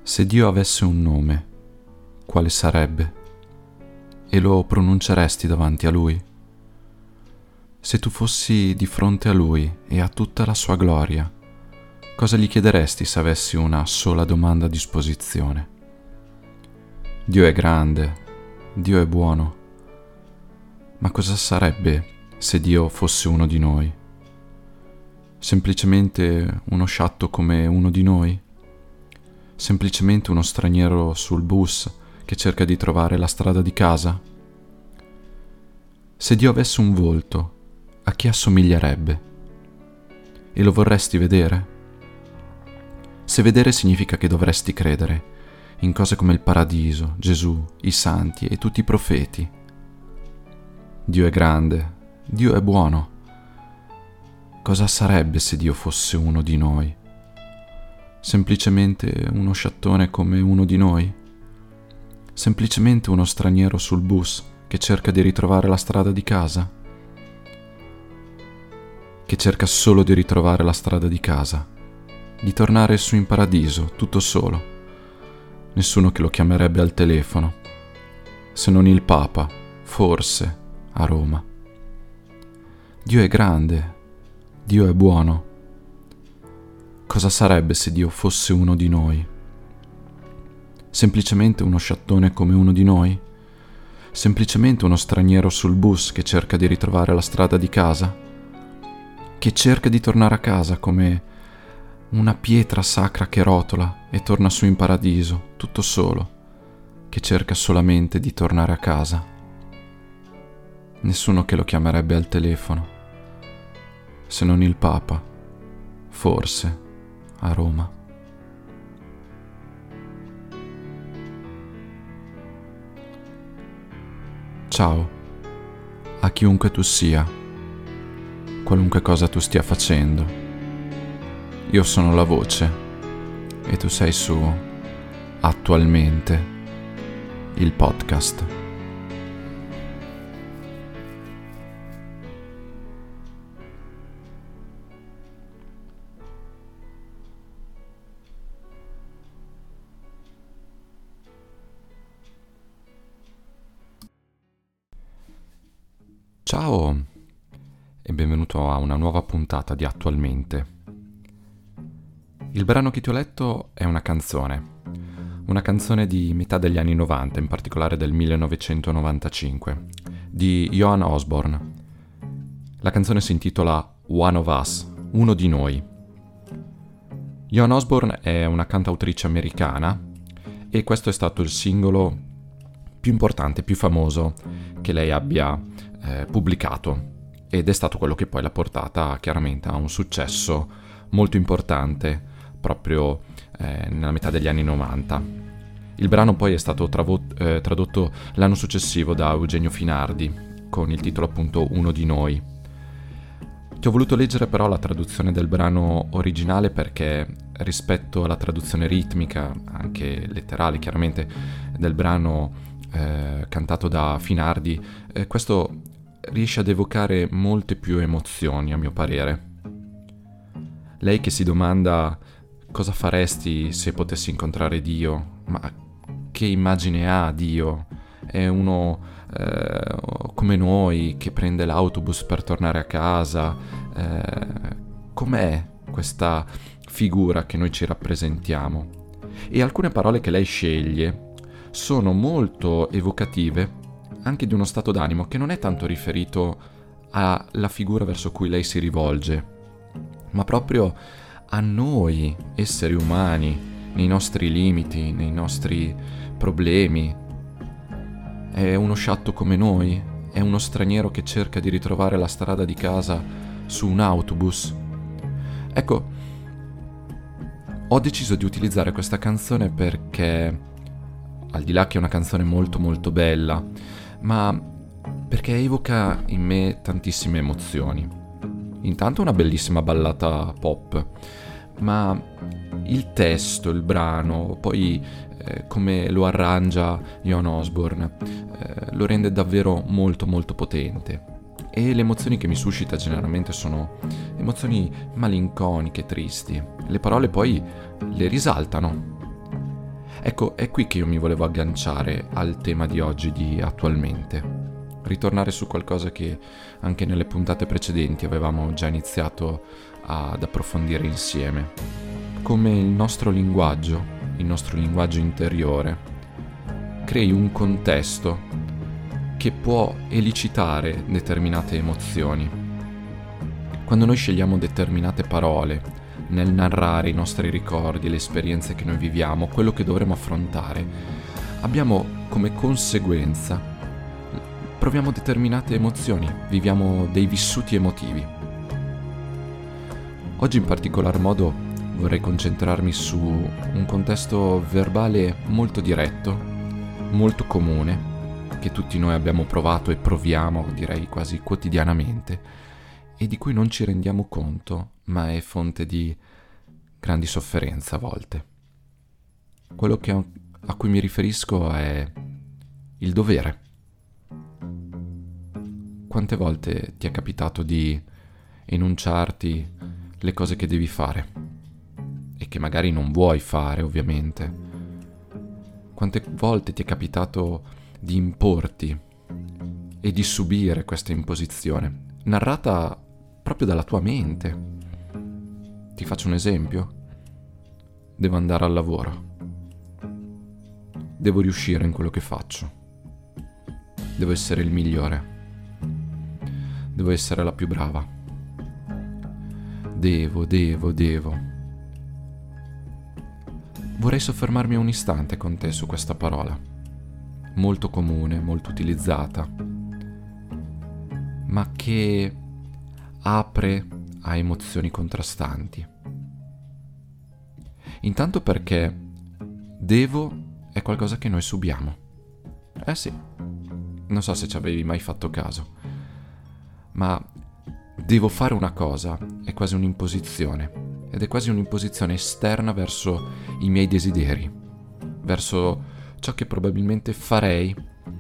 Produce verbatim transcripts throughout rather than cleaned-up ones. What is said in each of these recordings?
Se Dio avesse un nome, quale sarebbe? E lo pronunceresti davanti a Lui? Se tu fossi di fronte a Lui e a tutta la sua gloria, cosa gli chiederesti se avessi una sola domanda a disposizione? Dio è grande, Dio è buono, ma cosa sarebbe se Dio fosse uno di noi? Semplicemente uno sciatto come uno di noi? Semplicemente uno straniero sul bus che cerca di trovare la strada di casa? Se Dio avesse un volto, a chi assomiglierebbe? E lo vorresti vedere? Se vedere significa che dovresti credere in cose come il paradiso, Gesù, i santi e tutti i profeti. Dio è grande, Dio è buono. Cosa sarebbe se Dio fosse uno di noi? Semplicemente uno sciattone come uno di noi? Semplicemente uno straniero sul bus che cerca di ritrovare la strada di casa? Che cerca solo di ritrovare la strada di casa? Di tornare su in paradiso, tutto solo? Nessuno che lo chiamerebbe al telefono, se non il Papa, forse, a Roma. Dio è grande, Dio è buono. Cosa sarebbe se Dio fosse uno di noi? Semplicemente uno sciattone come uno di noi? Semplicemente uno straniero sul bus che cerca di ritrovare la strada di casa? Che cerca di tornare a casa come una pietra sacra che rotola e torna su in paradiso, tutto solo, che cerca solamente di tornare a casa? Nessuno che lo chiamerebbe al telefono, se non il Papa, forse, a Roma. Ciao, a chiunque tu sia, qualunque cosa tu stia facendo. Io sono la voce e tu sei su Attualmente, il podcast. Ciao e benvenuto a una nuova puntata di Attualmente. Il brano che ti ho letto è una canzone, una canzone di metà degli anni novanta, in particolare del millenovecentonovantacinque, di Joan Osborne. La canzone si intitola One of Us, uno di noi. Joan Osborne è una cantautrice americana e questo è stato il singolo più importante, più famoso che lei abbia eh, pubblicato, ed è stato quello che poi l'ha portata chiaramente a un successo molto importante proprio eh, nella metà degli anni novanta. Il brano poi è stato travo- eh, tradotto l'anno successivo da Eugenio Finardi con il titolo appunto Uno di noi. Ti ho voluto leggere però la traduzione del brano originale perché rispetto alla traduzione ritmica, anche letterale chiaramente, del brano eh, cantato da Finardi, eh, questo riesce ad evocare molte più emozioni a mio parere. Lei che si domanda cosa faresti se potessi incontrare Dio, ma che immagine ha Dio? È uno eh, come noi che prende l'autobus per tornare a casa? Eh, com'è questa figura che noi ci rappresentiamo? E alcune parole che lei sceglie sono molto evocative anche di uno stato d'animo che non è tanto riferito alla figura verso cui lei si rivolge, ma proprio a noi, esseri umani, nei nostri limiti, nei nostri problemi. È uno sciatto come noi? È uno straniero che cerca di ritrovare la strada di casa su un autobus? Ecco, ho deciso di utilizzare questa canzone perché, al di là che è una canzone molto molto bella, ma perché evoca in me tantissime emozioni. Intanto una bellissima ballata pop, ma il testo, il brano, poi eh, come lo arrangia Joan Osborne, eh, lo rende davvero molto molto potente. E le emozioni che mi suscita generalmente sono emozioni malinconiche, tristi. Le parole poi le risaltano. Ecco, è qui che io mi volevo agganciare al tema di oggi di attualmente. Ritornare su qualcosa che anche nelle puntate precedenti avevamo già iniziato ad approfondire insieme. Come il nostro linguaggio, il nostro linguaggio interiore, crei un contesto che può elicitare determinate emozioni. Quando noi scegliamo determinate parole nel narrare i nostri ricordi, le esperienze che noi viviamo, quello che dovremo affrontare, abbiamo come conseguenza, proviamo determinate emozioni, viviamo dei vissuti emotivi. Oggi in particolar modo vorrei concentrarmi su un contesto verbale molto diretto, molto comune, che tutti noi abbiamo provato e proviamo, direi quasi quotidianamente, e di cui non ci rendiamo conto, ma è fonte di grandi sofferenze a volte. Quello che, a cui mi riferisco è il dovere. Quante volte ti è capitato di enunciarti le cose che devi fare e che magari non vuoi fare, ovviamente? Quante volte ti è capitato di importi e di subire questa imposizione, narrata proprio dalla tua mente? Ti faccio un esempio. Devo andare al lavoro. Devo riuscire in quello che faccio. Devo essere il migliore. Devo essere la più brava. Devo, devo, devo. Vorrei soffermarmi un istante con te su questa parola. Molto comune, molto utilizzata, ma che apre a emozioni contrastanti. Intanto perché devo è qualcosa che noi subiamo. Eh sì, non so se ci avevi mai fatto caso, ma devo fare una cosa è quasi un'imposizione, ed è quasi un'imposizione esterna verso i miei desideri, verso ciò che probabilmente farei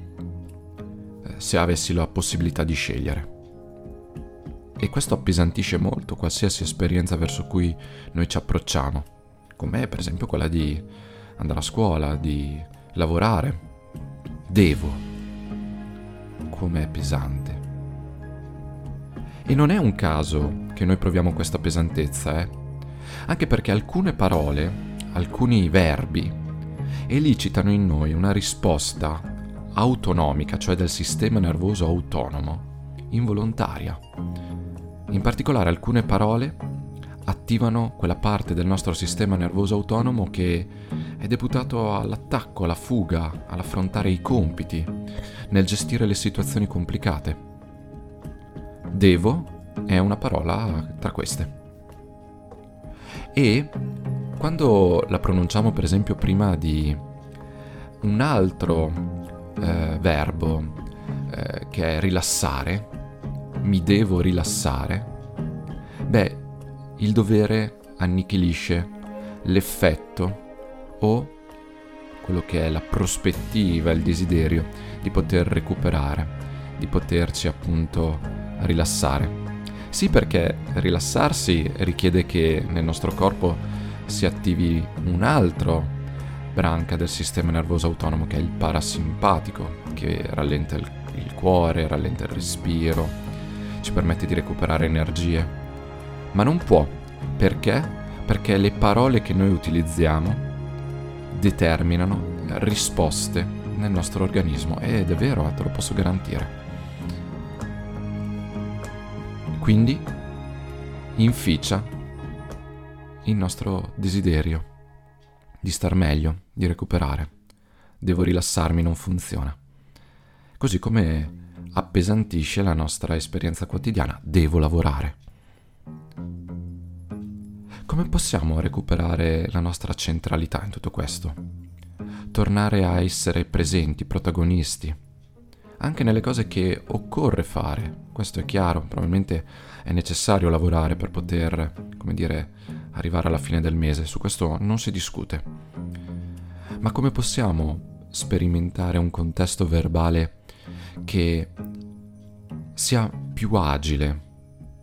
se avessi la possibilità di scegliere. E questo appesantisce molto qualsiasi esperienza verso cui noi ci approcciamo, come per esempio quella di andare a scuola, di lavorare. Devo. Com'è pesante. E non è un caso che noi proviamo questa pesantezza, eh? Anche perché alcune parole, alcuni verbi, elicitano in noi una risposta autonomica, cioè del sistema nervoso autonomo, involontaria. In particolare alcune parole attivano quella parte del nostro sistema nervoso autonomo che è deputato all'attacco, alla fuga, all'affrontare i compiti, nel gestire le situazioni complicate. Devo è una parola tra queste. E quando la pronunciamo per esempio prima di un altro eh, verbo eh, che è rilassare, mi devo rilassare, beh, il dovere annichilisce l'effetto o quello che è la prospettiva, il desiderio di poter recuperare, di poterci appunto rilassare. Sì, perché rilassarsi richiede che nel nostro corpo si attivi un altro branca del sistema nervoso autonomo che è il parasimpatico, che rallenta il, il cuore, rallenta il respiro, ci permette di recuperare energie, ma non può. Perché? Perché le parole che noi utilizziamo determinano risposte nel nostro organismo, ed è vero, te lo posso garantire. Quindi inficia il nostro desiderio di star meglio, di recuperare. Devo rilassarmi, non funziona. Così come appesantisce la nostra esperienza quotidiana. Devo lavorare. Come possiamo recuperare la nostra centralità in tutto questo? Tornare a essere presenti, protagonisti, anche nelle cose che occorre fare. Questo è chiaro, probabilmente è necessario lavorare per poter, come dire, arrivare alla fine del mese, su questo non si discute. Ma come possiamo sperimentare un contesto verbale che sia più agile,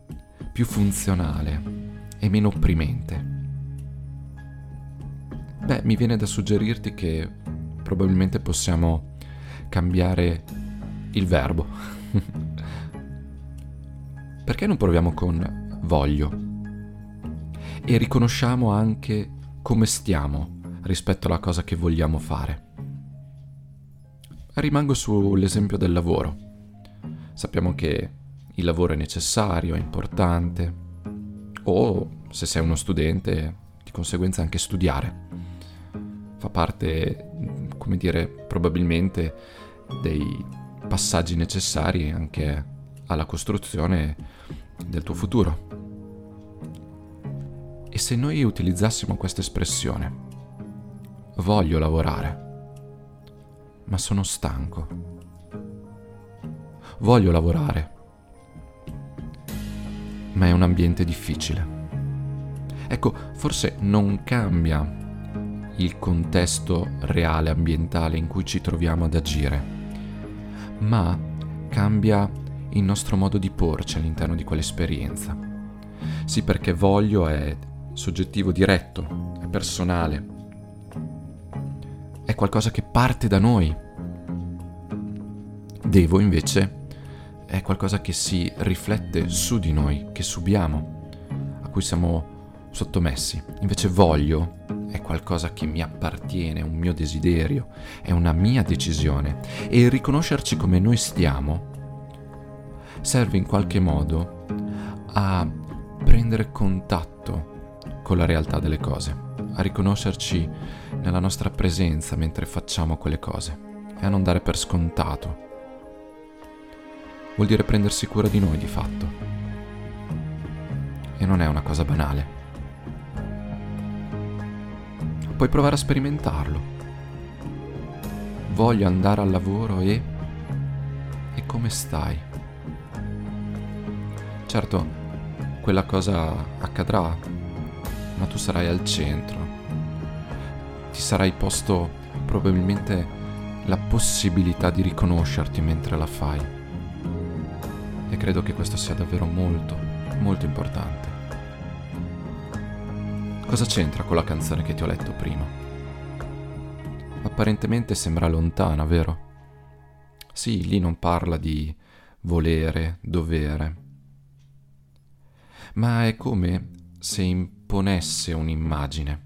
più funzionale e meno opprimente? Beh, mi viene da suggerirti che probabilmente possiamo cambiare il verbo. Perché non proviamo con voglio e riconosciamo anche come stiamo rispetto alla cosa che vogliamo fare? Rimango sull'esempio del lavoro. Sappiamo che il lavoro è necessario, è importante, o se sei uno studente, di conseguenza anche studiare. Fa parte, come dire, probabilmente dei passaggi necessari anche alla costruzione del tuo futuro. E se noi utilizzassimo questa espressione, voglio lavorare, ma sono stanco, voglio lavorare, ma è un ambiente difficile. Ecco, forse non cambia il contesto reale ambientale in cui ci troviamo ad agire, ma cambia il nostro modo di porci all'interno di quell'esperienza. Sì, perché voglio è soggettivo diretto, è personale, è qualcosa che parte da noi. Devo invece è qualcosa che si riflette su di noi, che subiamo, a cui siamo sottomessi. Invece voglio è qualcosa che mi appartiene, è un mio desiderio, è una mia decisione. E il riconoscerci come noi stiamo serve in qualche modo a prendere contatto con la realtà delle cose, a riconoscerci nella nostra presenza mentre facciamo quelle cose e a non dare per scontato. Vuol dire prendersi cura di noi di fatto. E non è una cosa banale. Puoi provare a sperimentarlo. Voglio andare al lavoro e... e come stai? Certo, quella cosa accadrà, ma tu sarai al centro. Ti sarai posto probabilmente la possibilità di riconoscerti mentre la fai. E credo che questo sia davvero molto, molto importante. Cosa c'entra con la canzone che ti ho letto prima? Apparentemente sembra lontana, vero? Sì, lì non parla di volere, dovere, ma è come se imponesse un'immagine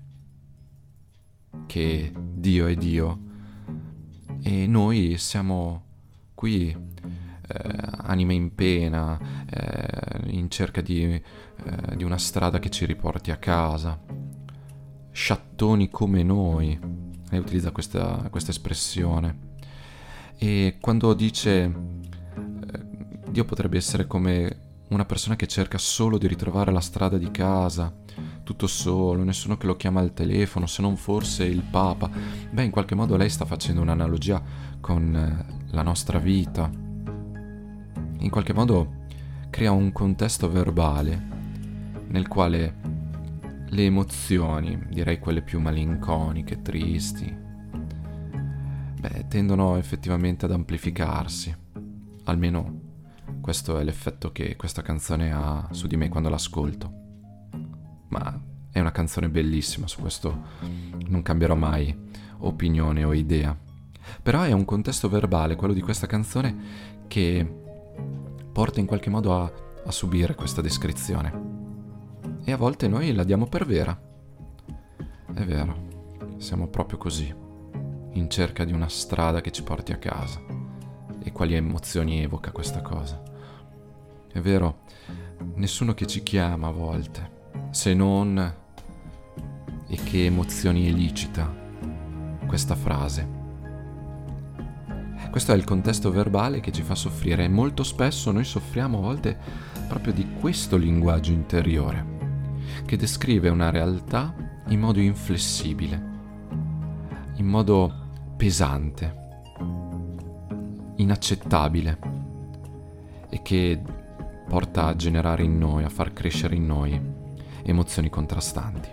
che Dio è Dio e noi siamo qui eh, anime in pena, eh, in cerca di, eh, di una strada che ci riporti a casa, sciattoni come noi. Lei utilizza questa, questa espressione. E quando dice eh, Dio potrebbe essere come una persona che cerca solo di ritrovare la strada di casa, tutto solo, nessuno che lo chiama al telefono, se non forse il Papa. Beh, in qualche modo lei sta facendo un'analogia con eh, la nostra vita. In qualche modo crea un contesto verbale nel quale le emozioni, direi quelle più malinconiche, tristi, beh, tendono effettivamente ad amplificarsi. Almeno questo è l'effetto che questa canzone ha su di me quando l'ascolto. Ma è una canzone bellissima, su questo non cambierò mai opinione o idea. Però è un contesto verbale, quello di questa canzone, che porta in qualche modo a, a subire questa descrizione. E a volte noi la diamo per vera. È vero, siamo proprio così, in cerca di una strada che ci porti a casa. E quali emozioni evoca questa cosa? È vero, nessuno che ci chiama a volte, se non... e che emozioni elicita questa frase. Questo è il contesto verbale che ci fa soffrire e molto spesso noi soffriamo a volte proprio di questo linguaggio interiore, che descrive una realtà in modo inflessibile, in modo pesante, inaccettabile, e che porta a generare in noi, a far crescere in noi emozioni contrastanti.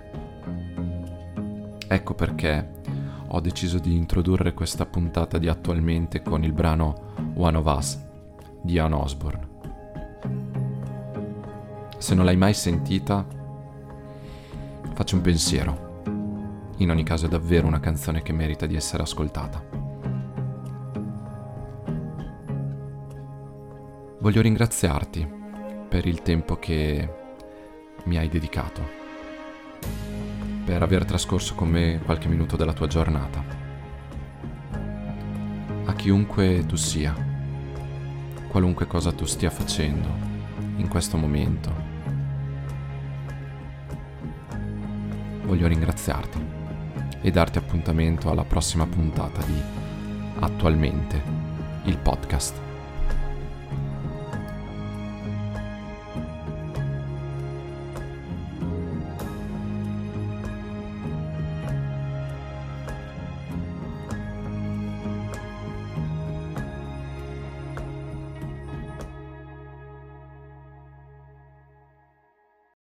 Ecco perché ho deciso di introdurre questa puntata di Attualmente con il brano One of Us di Ian Osborne. Se non l'hai mai sentita, faccio un pensiero. In ogni caso è davvero una canzone che merita di essere ascoltata. Voglio ringraziarti per il tempo che mi hai dedicato, per aver trascorso con me qualche minuto della tua giornata. A chiunque tu sia, qualunque cosa tu stia facendo in questo momento, voglio ringraziarti e darti appuntamento alla prossima puntata di Attualmente, il podcast.